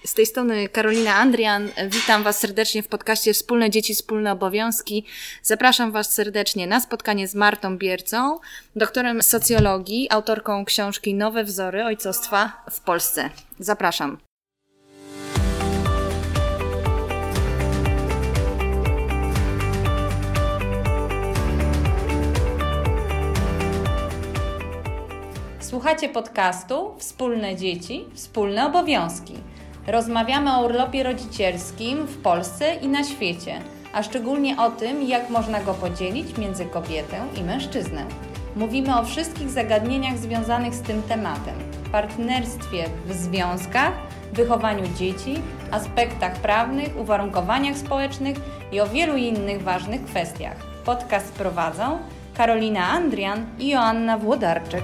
Z tej strony Karolina Andrian. Witam Was serdecznie w podcaście Wspólne Dzieci, Wspólne Obowiązki. Zapraszam Was serdecznie na spotkanie z Martą Biercą, doktorem socjologii, autorką książki Nowe wzory ojcostwa w Polsce. Zapraszam. Słuchacie podcastu Wspólne Dzieci, Wspólne Obowiązki. Rozmawiamy o urlopie rodzicielskim w Polsce i na świecie, a szczególnie o tym, jak można go podzielić między kobietę i mężczyznę. Mówimy o wszystkich zagadnieniach związanych z tym tematem, partnerstwie w związkach, wychowaniu dzieci, aspektach prawnych, uwarunkowaniach społecznych i o wielu innych ważnych kwestiach. Podcast prowadzą Karolina Andrian i Joanna Włodarczyk.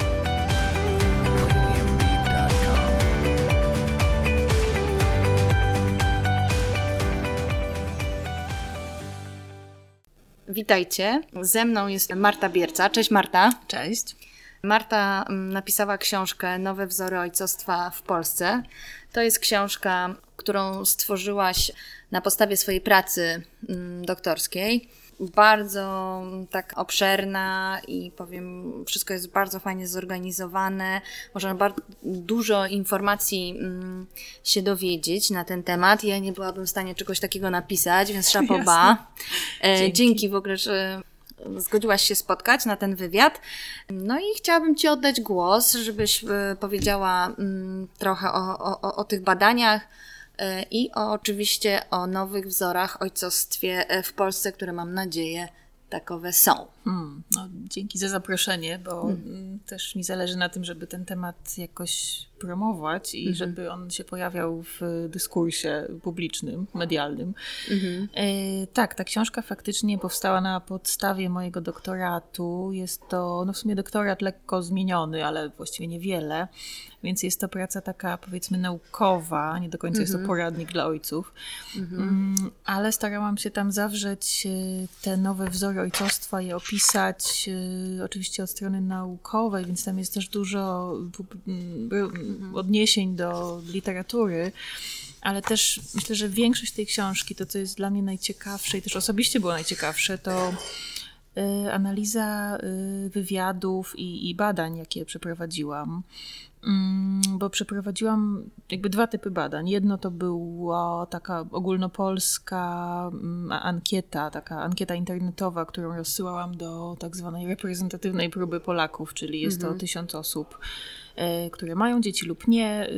Witajcie, ze mną jest Marta Bierca. Cześć Marta. Cześć. Marta napisała książkę Nowe wzory ojcostwa w Polsce. To jest książka, którą stworzyłaś na podstawie swojej pracy doktorskiej. Bardzo tak obszerna i powiem, wszystko jest bardzo fajnie zorganizowane. Można bardzo dużo informacji się dowiedzieć na ten temat. Ja nie byłabym w stanie czegoś takiego napisać, więc chapeau bas. Dzięki w ogóle, że zgodziłaś się spotkać na ten wywiad. No i chciałabym Ci oddać głos, żebyś powiedziała trochę o tych badaniach i oczywiście o nowych wzorach ojcostwie w Polsce, które mam nadzieję takowe są. No, dzięki za zaproszenie, bo też mi zależy na tym, żeby ten temat jakoś promować i żeby on się pojawiał w dyskursie publicznym, medialnym. Tak, ta książka faktycznie powstała na podstawie mojego doktoratu. Jest to w sumie doktorat lekko zmieniony, ale właściwie niewiele, więc jest to praca taka, powiedzmy, naukowa, nie do końca jest to poradnik dla ojców, ale starałam się tam zawrzeć te nowe wzory ojcostwa i opisać oczywiście od strony naukowej, więc tam jest też dużo odniesień do literatury, ale też myślę, że większość tej książki, to co jest dla mnie najciekawsze i też osobiście było najciekawsze, to analiza wywiadów i badań, jakie przeprowadziłam. Bo przeprowadziłam jakby dwa typy badań. Jedno to była taka ogólnopolska ankieta, taka ankieta internetowa, którą rozsyłałam do tak zwanej reprezentatywnej próby Polaków, czyli jest to 1000 osób, które mają dzieci lub nie,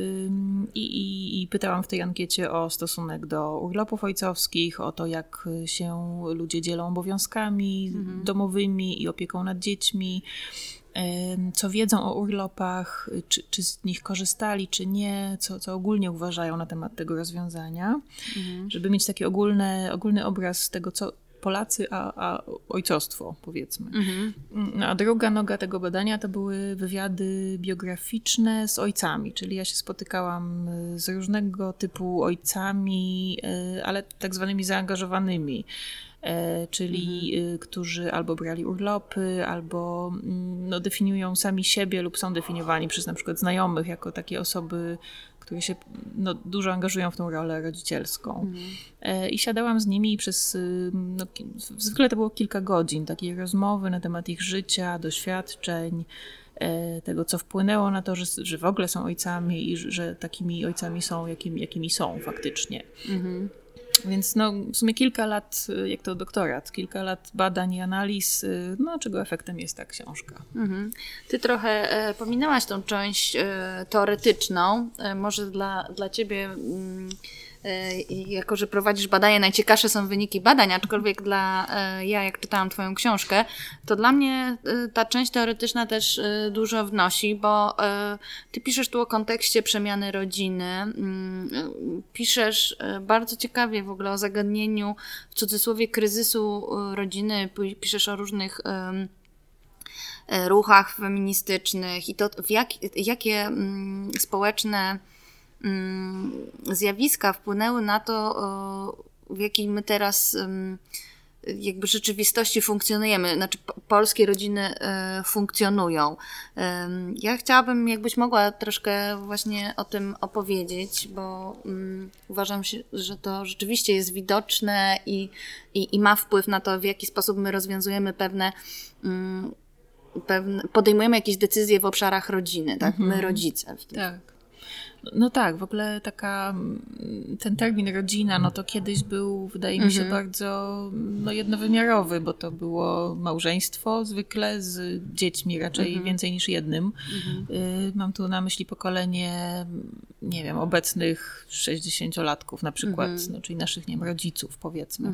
i pytałam w tej ankiecie o stosunek do urlopów ojcowskich, o to, jak się ludzie dzielą obowiązkami domowymi i opieką nad dziećmi, co wiedzą o urlopach, czy z nich korzystali, czy nie, co ogólnie uważają na temat tego rozwiązania, żeby mieć taki ogólny obraz tego, co Polacy, a ojcostwo, powiedzmy. No, a druga noga tego badania to były wywiady biograficzne z ojcami, czyli ja się spotykałam z różnego typu ojcami, ale tak zwanymi zaangażowanymi, czyli którzy albo brali urlopy, albo definiują sami siebie lub są definiowani przez na przykład znajomych jako takie osoby, które się dużo angażują w tą rolę rodzicielską. I siadałam z nimi i przez, zwykle to było kilka godzin, takiej rozmowy na temat ich życia, doświadczeń, tego, co wpłynęło na to, że w ogóle są ojcami i że takimi ojcami są, jakimi są faktycznie. Więc w sumie kilka lat, jak to doktorat, kilka lat badań i analiz, czego efektem jest ta książka. Ty trochę pominęłaś tą część teoretyczną. Może dla Ciebie, jako że prowadzisz badania, najciekawsze są wyniki badań, aczkolwiek ja jak czytałam Twoją książkę, to dla mnie ta część teoretyczna też dużo wnosi, bo Ty piszesz tu o kontekście przemiany rodziny, piszesz bardzo ciekawie w ogóle o zagadnieniu, w cudzysłowie, kryzysu rodziny, piszesz o różnych ruchach feministycznych i to jakie społeczne zjawiska wpłynęły na to, w jakiej my teraz jakby rzeczywistości funkcjonujemy. Znaczy polskie rodziny funkcjonują. Ja chciałabym, jakbyś mogła troszkę właśnie o tym opowiedzieć, bo uważam, że to rzeczywiście jest widoczne i ma wpływ na to, w jaki sposób my rozwiązujemy podejmujemy jakieś decyzje w obszarach rodziny, tak? My rodzice. Tak. No tak, w ogóle ten termin rodzina, no to kiedyś był, wydaje mi się, bardzo jednowymiarowy, bo to było małżeństwo zwykle z dziećmi, raczej więcej niż jednym. Mam tu na myśli pokolenie, nie wiem, obecnych 60-latków na przykład, czyli naszych, nie wiem, rodziców, powiedzmy.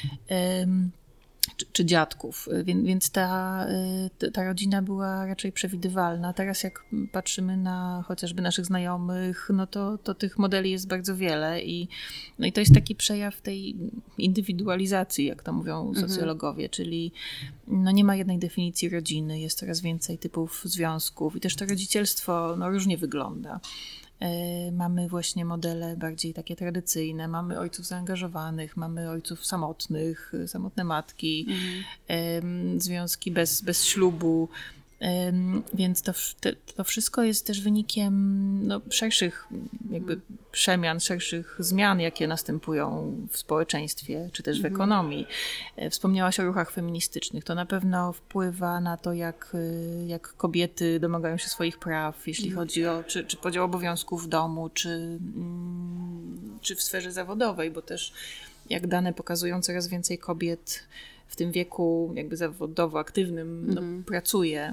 Czy dziadków, więc ta rodzina była raczej przewidywalna. Teraz jak patrzymy na chociażby naszych znajomych, no to tych modeli jest bardzo wiele i to jest taki przejaw tej indywidualizacji, jak to mówią socjologowie, czyli nie ma jednej definicji rodziny, jest coraz więcej typów związków i też to rodzicielstwo różnie wygląda. Mamy właśnie modele bardziej takie tradycyjne, mamy ojców zaangażowanych, mamy ojców samotnych, samotne matki, związki bez ślubu, więc to wszystko jest też wynikiem szerszych jakby przemian, szerszych zmian, jakie następują w społeczeństwie, czy też w ekonomii. Wspomniałaś o ruchach feministycznych. To na pewno wpływa na to, jak kobiety domagają się swoich praw, jeśli chodzi o czy podział obowiązków w domu, czy w sferze zawodowej, bo też jak dane pokazują, coraz więcej kobiet w tym wieku jakby zawodowo aktywnym pracuje.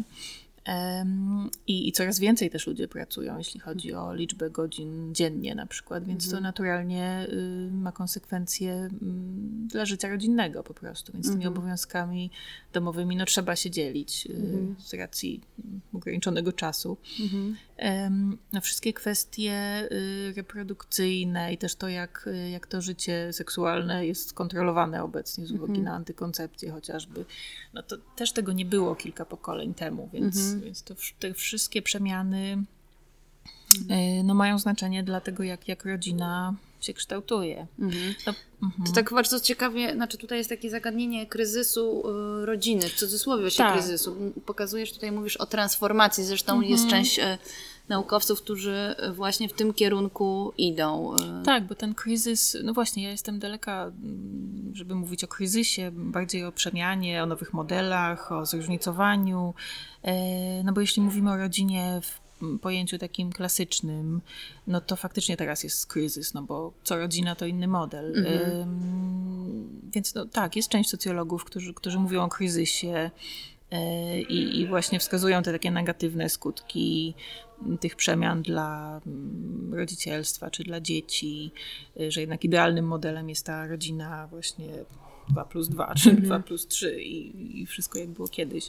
I coraz więcej też ludzie pracują, jeśli chodzi o liczbę godzin dziennie na przykład, więc to naturalnie ma konsekwencje dla życia rodzinnego po prostu, więc tymi obowiązkami domowymi trzeba się dzielić z racji ograniczonego czasu. Wszystkie kwestie reprodukcyjne i też to, jak to życie seksualne jest kontrolowane obecnie z uwagi na antykoncepcję chociażby, to też tego nie było kilka pokoleń temu, więc te wszystkie przemiany mają znaczenie dla tego, jak rodzina się kształtuje. To tak bardzo ciekawie, tutaj jest takie zagadnienie kryzysu rodziny, w cudzysłowie kryzysu. Pokazujesz, tutaj mówisz o transformacji, zresztą jest część naukowców, którzy właśnie w tym kierunku idą. Tak, bo ten kryzys, właśnie ja jestem daleka, żeby mówić o kryzysie, bardziej o przemianie, o nowych modelach, o zróżnicowaniu, bo jeśli mówimy o rodzinie w pojęciu takim klasycznym, to faktycznie teraz jest kryzys, bo co rodzina to inny model. Więc tak, jest część socjologów, którzy mówią o kryzysie i właśnie wskazują te takie negatywne skutki tych przemian dla rodzicielstwa czy dla dzieci, że jednak idealnym modelem jest ta rodzina właśnie 2+2 czy 2+3 i wszystko jak było kiedyś.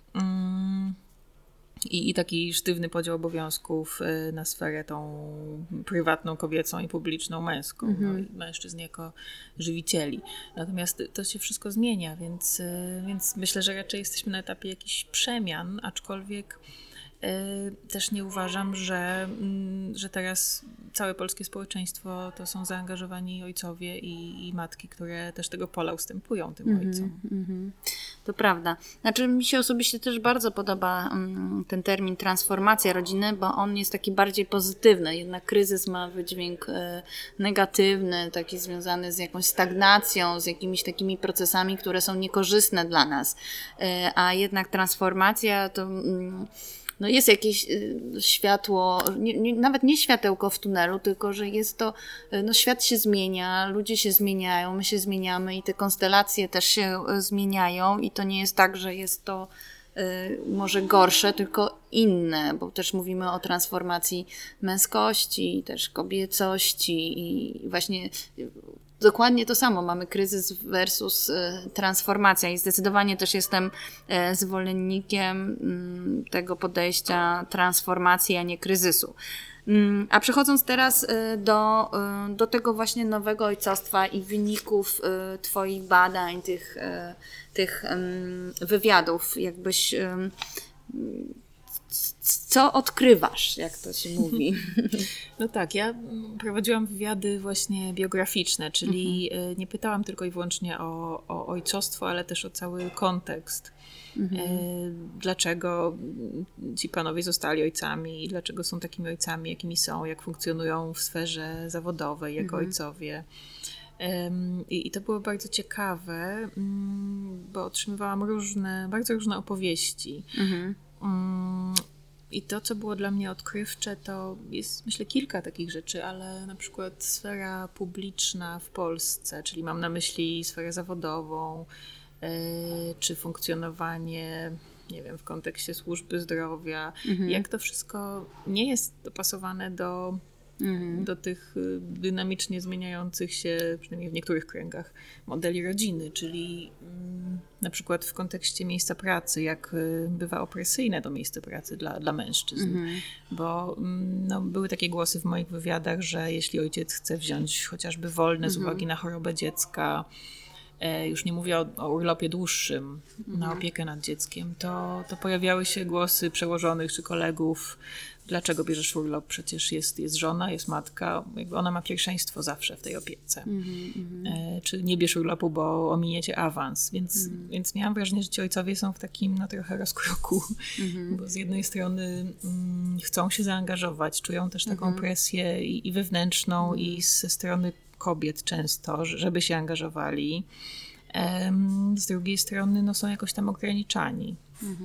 I taki sztywny podział obowiązków na sferę tą prywatną, kobiecą i publiczną, męską. I mężczyzn jako żywicieli. Natomiast to się wszystko zmienia, więc myślę, że raczej jesteśmy na etapie jakichś przemian, aczkolwiek też nie uważam, że teraz całe polskie społeczeństwo to są zaangażowani ojcowie i matki, które też tego pola ustępują tym ojcom. To prawda. Mi się osobiście też bardzo podoba ten termin transformacja rodziny, bo on jest taki bardziej pozytywny. Jednak kryzys ma wydźwięk negatywny, taki związany z jakąś stagnacją, z jakimiś takimi procesami, które są niekorzystne dla nas. A jednak transformacja to jest jakieś światło, nawet nie światełko w tunelu, tylko że jest to, świat się zmienia, ludzie się zmieniają, my się zmieniamy i te konstelacje też się zmieniają i to nie jest tak, że jest to może gorsze, tylko inne, bo też mówimy o transformacji męskości, też kobiecości i właśnie dokładnie to samo. Mamy kryzys versus transformacja i zdecydowanie też jestem zwolennikiem tego podejścia transformacji, a nie kryzysu. A przechodząc teraz do tego właśnie nowego ojcostwa i wyników Twoich badań, tych wywiadów, jakbyś co odkrywasz, jak to się mówi? No tak, ja prowadziłam wywiady właśnie biograficzne, czyli nie pytałam tylko i wyłącznie o ojcostwo, ale też o cały kontekst. Dlaczego ci panowie zostali ojcami, dlaczego są takimi ojcami, jakimi są, jak funkcjonują w sferze zawodowej jako ojcowie. I to było bardzo ciekawe, bo otrzymywałam bardzo różne opowieści. I to, co było dla mnie odkrywcze, to jest, myślę, kilka takich rzeczy, ale na przykład sfera publiczna w Polsce, czyli mam na myśli sferę zawodową, czy funkcjonowanie, nie wiem, w kontekście służby zdrowia, jak to wszystko nie jest dopasowane do tych dynamicznie zmieniających się, przynajmniej w niektórych kręgach, modeli rodziny, czyli na przykład w kontekście miejsca pracy, jak bywa opresyjne to miejsce pracy dla mężczyzn. Bo były takie głosy w moich wywiadach, że jeśli ojciec chce wziąć chociażby wolne z uwagi na chorobę dziecka, już nie mówię o urlopie dłuższym, na opiekę nad dzieckiem, to pojawiały się głosy przełożonych czy kolegów, dlaczego bierzesz urlop, przecież jest żona, jest matka, jakby ona ma pierwszeństwo zawsze w tej opiece. Czy nie bierz urlopu, bo ominiecie awans. Więc miałam wrażenie, że ci ojcowie są w takim trochę rozkroku, bo z jednej strony chcą się zaangażować, czują też taką presję i wewnętrzną, i ze strony kobiet często, żeby się angażowali. Z drugiej strony są jakoś tam ograniczani.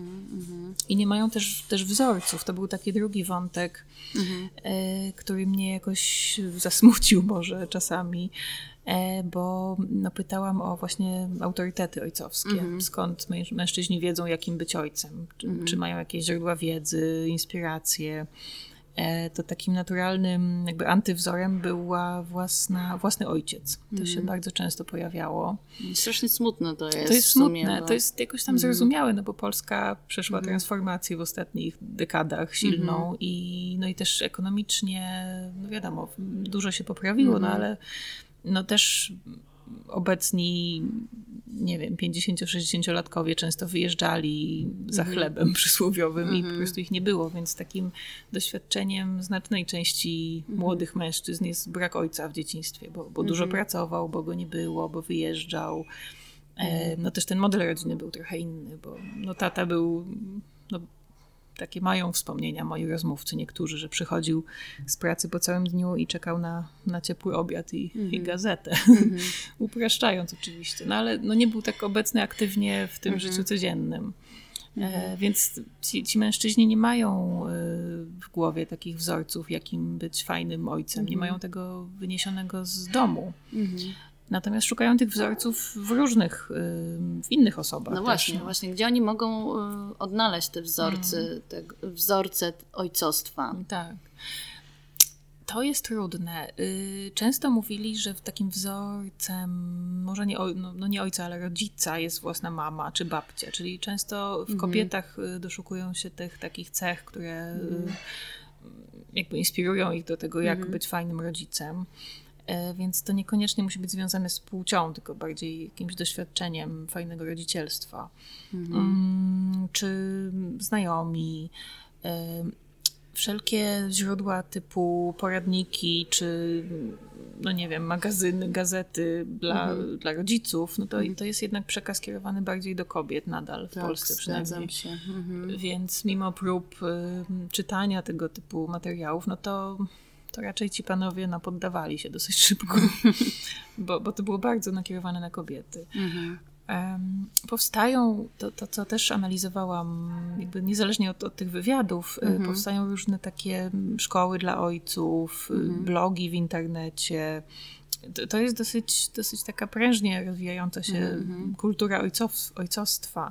I nie mają też wzorców. To był taki drugi wątek, który mnie jakoś zasmucił może czasami, bo pytałam o właśnie autorytety ojcowskie. Skąd mężczyźni wiedzą, jakim być ojcem? Czy mają jakieś źródła wiedzy, inspiracje? To takim naturalnym jakby antywzorem był własny ojciec. To się bardzo często pojawiało. Strasznie smutne to jest. To jest smutne, to jest jakoś tam zrozumiałe, bo Polska przeszła transformację w ostatnich dekadach silną i też ekonomicznie, wiadomo, dużo się poprawiło, ale też obecni, nie wiem, 50-60-latkowie często wyjeżdżali za chlebem przysłowiowym i po prostu ich nie było, więc takim doświadczeniem znacznej części młodych mężczyzn jest brak ojca w dzieciństwie, bo dużo pracował, bo go nie było, bo wyjeżdżał. Też ten model rodziny był trochę inny, bo tata był... Takie mają wspomnienia moi rozmówcy niektórzy, że przychodził z pracy po całym dniu i czekał na ciepły obiad i gazetę. Upraszczając oczywiście, ale nie był tak obecny aktywnie w tym życiu codziennym. Więc ci mężczyźni nie mają w głowie takich wzorców, jakim być fajnym ojcem. Nie mają tego wyniesionego z domu. Natomiast szukają tych wzorców w innych osobach. No właśnie, gdzie oni mogą odnaleźć te wzorce ojcostwa? Tak. To jest trudne. Często mówili, że takim wzorcem, może nie ojca, ale rodzica jest własna mama czy babcia. Czyli często w kobietach doszukują się tych takich cech, które jakby inspirują ich do tego, jak być fajnym rodzicem. Więc to niekoniecznie musi być związane z płcią, tylko bardziej jakimś doświadczeniem fajnego rodzicielstwa. Czy znajomi, wszelkie źródła typu poradniki, czy nie wiem, magazyny, gazety dla rodziców, to jest jednak przekaz kierowany bardziej do kobiet nadal w Polsce przynajmniej. Zgadzam się. Więc mimo prób czytania tego typu materiałów, to raczej ci panowie poddawali się dosyć szybko, bo to było bardzo nakierowane na kobiety. Powstają, to co też analizowałam, jakby niezależnie od tych wywiadów, powstają różne takie szkoły dla ojców, blogi w internecie. To jest dosyć taka prężnie rozwijająca się kultura ojcostwa.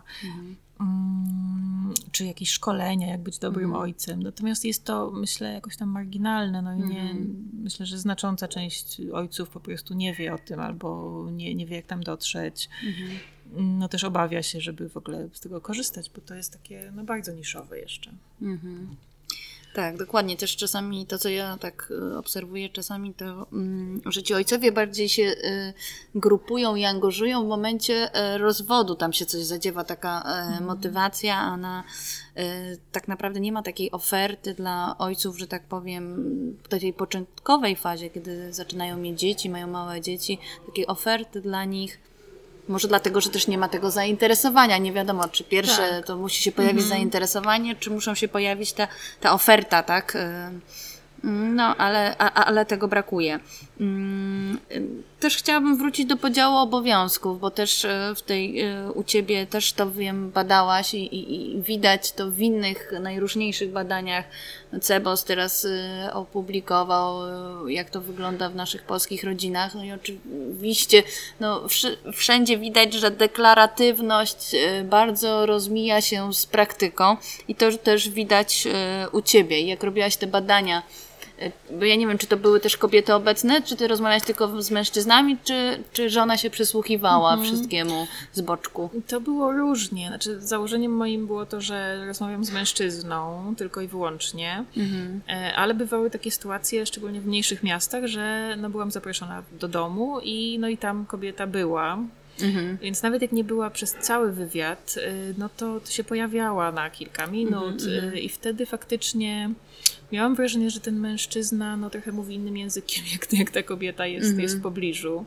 Czy jakieś szkolenia, jak być dobrym ojcem. Natomiast jest to, myślę, jakoś tam marginalne. Myślę, że znacząca część ojców po prostu nie wie o tym albo nie wie, jak tam dotrzeć. Też obawia się, żeby w ogóle z tego korzystać, bo to jest takie bardzo niszowe jeszcze. Tak, dokładnie. Też czasami to, co ja tak obserwuję, czasami to, że ci ojcowie bardziej się grupują i angażują w momencie rozwodu. Tam się coś zadziewa, taka motywacja, a tak naprawdę nie ma takiej oferty dla ojców, że tak powiem, w tej początkowej fazie, kiedy zaczynają mieć dzieci, mają małe dzieci, takiej oferty dla nich. Może dlatego, że też nie ma tego zainteresowania. Nie wiadomo, czy pierwsze to musi się pojawić zainteresowanie, czy muszą się pojawić ta oferta, tak? No, ale tego brakuje. Też chciałabym wrócić do podziału obowiązków, bo też u Ciebie też to wiem, badałaś i widać to w innych najróżniejszych badaniach. CEBOS teraz opublikował, jak to wygląda w naszych polskich rodzinach. No i oczywiście wszędzie widać, że deklaratywność bardzo rozmija się z praktyką i to też widać u Ciebie. Jak robiłaś te badania, bo ja nie wiem, czy to były też kobiety obecne, czy ty rozmawiałaś tylko z mężczyznami, czy żona się przysłuchiwała wszystkiemu z boczku? To było różnie. Znaczy, założeniem moim było to, że rozmawiam z mężczyzną tylko i wyłącznie, ale bywały takie sytuacje, szczególnie w mniejszych miastach, że byłam zaproszona do domu i tam kobieta była. Więc nawet jak nie była przez cały wywiad, to się pojawiała na kilka minut i wtedy faktycznie miałam wrażenie, że ten mężczyzna trochę mówi innym językiem, jak ta kobieta jest w pobliżu.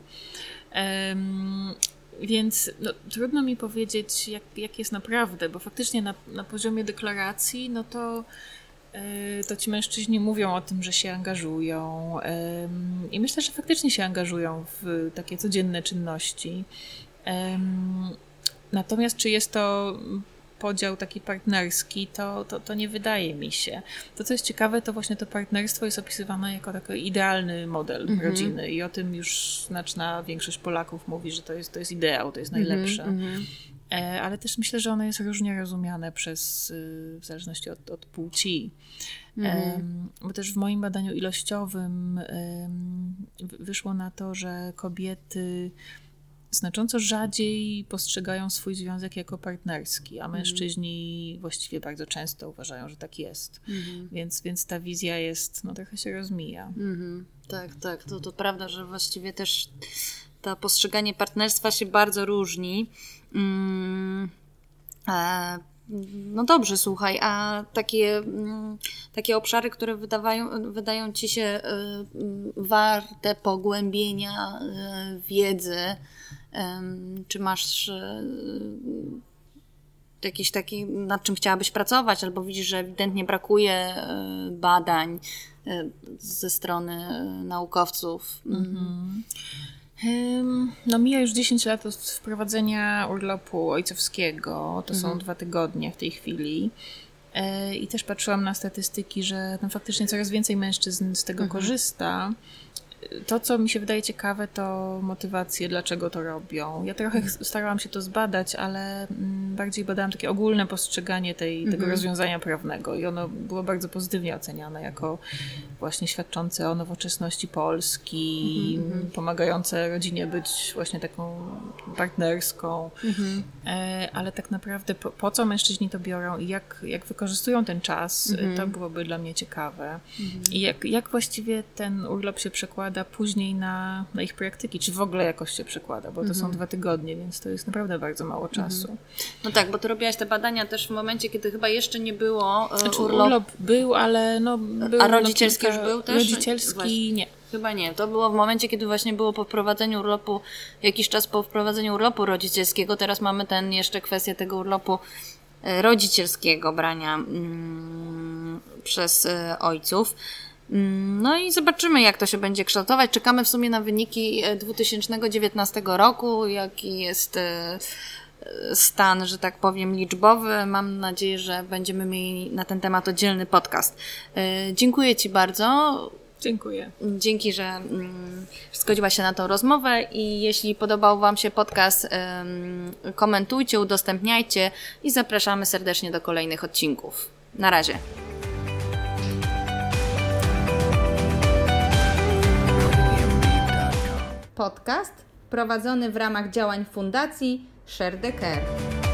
Więc trudno mi powiedzieć, jak jest naprawdę, bo faktycznie na poziomie deklaracji, to ci mężczyźni mówią o tym, że się angażują i myślę, że faktycznie się angażują w takie codzienne czynności. Natomiast czy jest to podział taki partnerski, to nie wydaje mi się. To, co jest ciekawe, to właśnie to partnerstwo jest opisywane jako taki idealny model rodziny i o tym już znaczna większość Polaków mówi, że to jest ideał, to jest najlepsze. Ale też myślę, że ono jest różnie rozumiane w zależności od płci. Bo też w moim badaniu ilościowym wyszło na to, że kobiety znacząco rzadziej postrzegają swój związek jako partnerski, a mężczyźni właściwie bardzo często uważają, że tak jest. Więc ta wizja jest, trochę się rozmija. Tak. To prawda, że właściwie też to postrzeganie partnerstwa się bardzo różni. No dobrze, słuchaj, a takie obszary, które wydają Ci się warte pogłębienia wiedzy, czy masz jakiś taki, nad czym chciałabyś pracować, albo widzisz, że ewidentnie brakuje badań ze strony naukowców? Mija już 10 lat od wprowadzenia urlopu ojcowskiego. To są 2 tygodnie w tej chwili. I też patrzyłam na statystyki, że faktycznie coraz więcej mężczyzn z tego korzysta. To, co mi się wydaje ciekawe, to motywacje, dlaczego to robią. Ja trochę starałam się to zbadać, ale bardziej badałam takie ogólne postrzeganie tego rozwiązania prawnego i ono było bardzo pozytywnie oceniane jako właśnie świadczące o nowoczesności Polski, pomagające rodzinie być właśnie taką partnerską. Ale tak naprawdę po co mężczyźni to biorą i jak wykorzystują ten czas, to byłoby dla mnie ciekawe. I jak właściwie ten urlop się przekłada później na ich praktyki, czy w ogóle jakoś się przekłada, bo to są 2 tygodnie, więc to jest naprawdę bardzo mało czasu. No tak, bo ty robiłaś te badania też w momencie, kiedy chyba jeszcze nie było urlop był, ale był. A rodzicielski już był też? Rodzicielski właśnie. Nie. Chyba nie. To było w momencie, kiedy właśnie było po wprowadzeniu urlopu, jakiś czas po wprowadzeniu urlopu rodzicielskiego. Teraz mamy jeszcze kwestię tego urlopu rodzicielskiego brania przez ojców. No i zobaczymy, jak to się będzie kształtować. Czekamy w sumie na wyniki 2019 roku, jaki jest stan, że tak powiem, liczbowy. Mam nadzieję, że będziemy mieli na ten temat oddzielny podcast. Dziękuję Ci bardzo. Dziękuję. Dzięki, że zgodziłaś się na tą rozmowę i jeśli podobał Wam się podcast, komentujcie, udostępniajcie i zapraszamy serdecznie do kolejnych odcinków. Na razie. Podcast prowadzony w ramach działań Fundacji Share the Care.